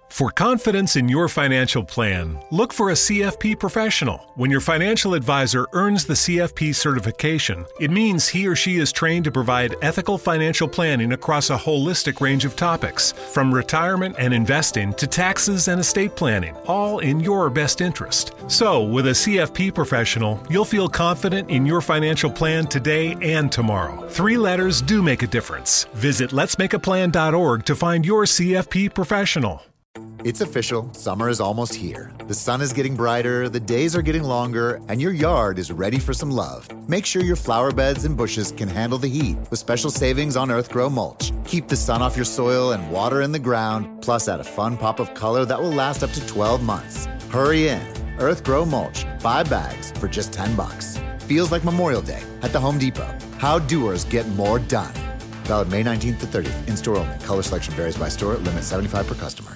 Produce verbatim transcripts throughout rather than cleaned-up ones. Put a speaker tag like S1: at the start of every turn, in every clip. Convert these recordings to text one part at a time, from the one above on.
S1: For confidence in your financial plan, look for a C F P professional. When your financial advisor earns the C F P certification, it means he or she is trained to provide ethical financial planning across a holistic range of topics, from retirement and investing to taxes and estate planning, all in your best interest. So, with a C F P professional, you'll feel confident in your financial plan today and tomorrow. Three letters do make a difference. Visit lets make a plan dot org to find your C F P professional.
S2: It's official, summer is almost here. The sun is getting brighter, the days are getting longer, and your yard is ready for some love. Make sure your flower beds and bushes can handle the heat with special savings on EarthGrow mulch. Keep the sun off your soil and water in the ground, plus add a fun pop of color that will last up to twelve months. Hurry in. EarthGrow mulch, five bags for just ten bucks. Feels like Memorial Day at the Home Depot. How doers get more done. Valid May nineteenth to thirtieth. In-store only. Color selection varies by store. Limit seventy-five per customer.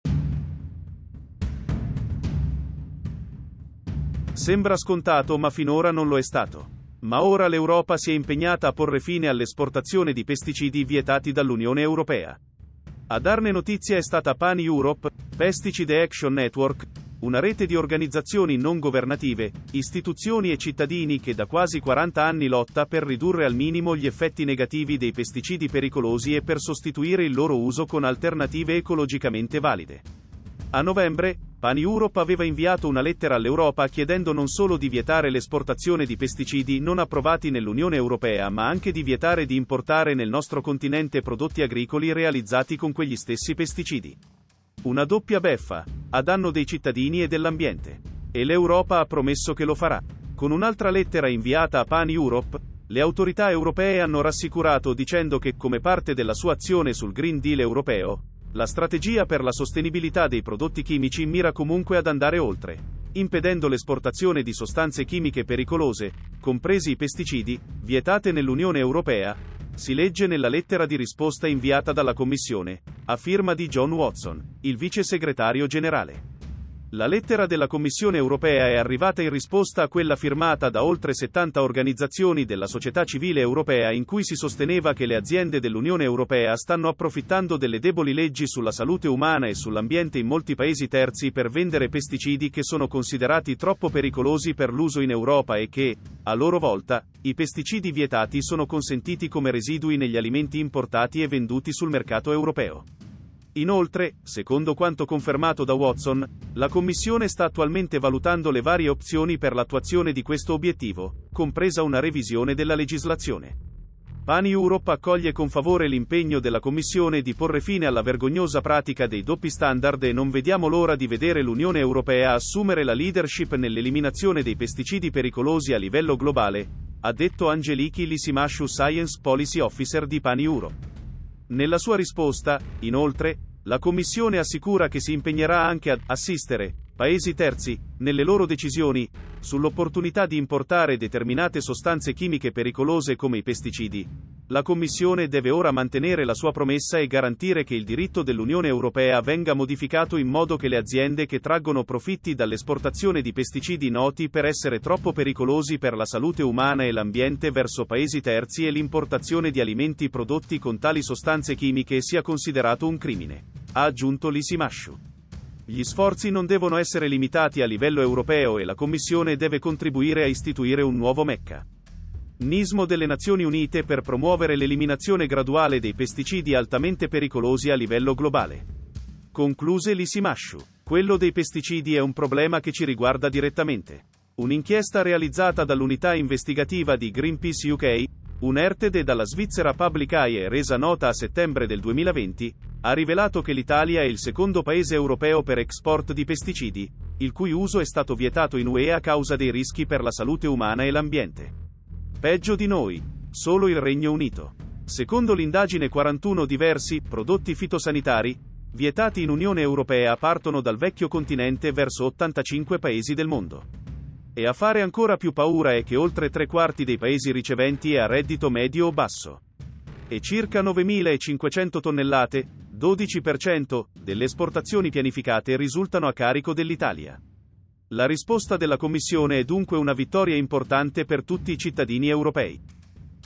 S3: Sembra scontato, ma finora non lo è stato. Ma ora l'Europa si è impegnata a porre fine all'esportazione di pesticidi vietati dall'Unione Europea. A darne notizia è stata Pan Europe Pesticide Action Network, una rete di organizzazioni non governative, istituzioni e cittadini che da quasi quaranta anni lotta per ridurre al minimo gli effetti negativi dei pesticidi pericolosi e per sostituire il loro uso con alternative ecologicamente valide. A novembre, Pan Europe aveva inviato una lettera all'Europa chiedendo non solo di vietare l'esportazione di pesticidi non approvati nell'Unione Europea, ma anche di vietare di importare nel nostro continente prodotti agricoli realizzati con quegli stessi pesticidi. Una doppia beffa, a danno dei cittadini e dell'ambiente. E l'Europa ha promesso che lo farà. Con un'altra lettera inviata a Pan Europe, le autorità europee hanno rassicurato dicendo che, come parte della sua azione sul Green Deal europeo, la strategia per la sostenibilità dei prodotti chimici mira comunque ad andare oltre, impedendo l'esportazione di sostanze chimiche pericolose, compresi i pesticidi, vietate nell'Unione Europea, si legge nella lettera di risposta inviata dalla Commissione, a firma di John Watson, il vice segretario generale. La lettera della Commissione europea è arrivata in risposta a quella firmata da oltre settanta organizzazioni della società civile europea in cui si sosteneva che le aziende dell'Unione Europea stanno approfittando delle deboli leggi sulla salute umana e sull'ambiente in molti paesi terzi per vendere pesticidi che sono considerati troppo pericolosi per l'uso in Europa e che, a loro volta, i pesticidi vietati sono consentiti come residui negli alimenti importati e venduti sul mercato europeo. Inoltre, secondo quanto confermato da Watson, la Commissione sta attualmente valutando le varie opzioni per l'attuazione di questo obiettivo, compresa una revisione della legislazione. Pan Europe accoglie con favore l'impegno della Commissione di porre fine alla vergognosa pratica dei doppi standard e non vediamo l'ora di vedere l'Unione Europea assumere la leadership nell'eliminazione dei pesticidi pericolosi a livello globale, ha detto Angeliki Lysimashu, Science Policy Officer di Pan Europe. Nella sua risposta, inoltre, la Commissione assicura che si impegnerà anche ad assistere paesi terzi, nelle loro decisioni, sull'opportunità di importare determinate sostanze chimiche pericolose come i pesticidi. La Commissione deve ora mantenere la sua promessa e garantire che il diritto dell'Unione Europea venga modificato in modo che le aziende che traggono profitti dall'esportazione di pesticidi noti per essere troppo pericolosi per la salute umana e l'ambiente verso paesi terzi e l'importazione di alimenti prodotti con tali sostanze chimiche sia considerato un crimine, ha aggiunto Lysimashu. Gli sforzi non devono essere limitati a livello europeo e la Commissione deve contribuire a istituire un nuovo meccanismo delle Nazioni Unite per promuovere l'eliminazione graduale dei pesticidi altamente pericolosi a livello globale. Concluse Lysimashu. Quello dei pesticidi è un problema che ci riguarda direttamente. Un'inchiesta realizzata dall'unità investigativa di Greenpeace U K, Unerted e dalla Svizzera Public Eye e resa nota a settembre del duemilaventi, ha rivelato che l'Italia è il secondo paese europeo per export di pesticidi, il cui uso è stato vietato in U E a causa dei rischi per la salute umana e l'ambiente. Peggio di noi, solo il Regno Unito. Secondo l'indagine, quarantuno diversi prodotti fitosanitari vietati in Unione Europea partono dal vecchio continente verso ottantacinque paesi del mondo. E a fare ancora più paura è che oltre tre quarti dei paesi riceventi è a reddito medio o basso. E circa novemilacinquecento tonnellate, dodici per cento, delle esportazioni pianificate risultano a carico dell'Italia. La risposta della Commissione è dunque una vittoria importante per tutti i cittadini europei.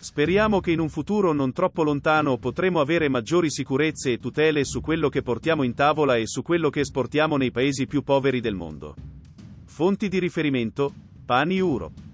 S3: Speriamo che in un futuro non troppo lontano potremo avere maggiori sicurezze e tutele su quello che portiamo in tavola e su quello che esportiamo nei paesi più poveri del mondo. Fonti di riferimento: Pani Europe.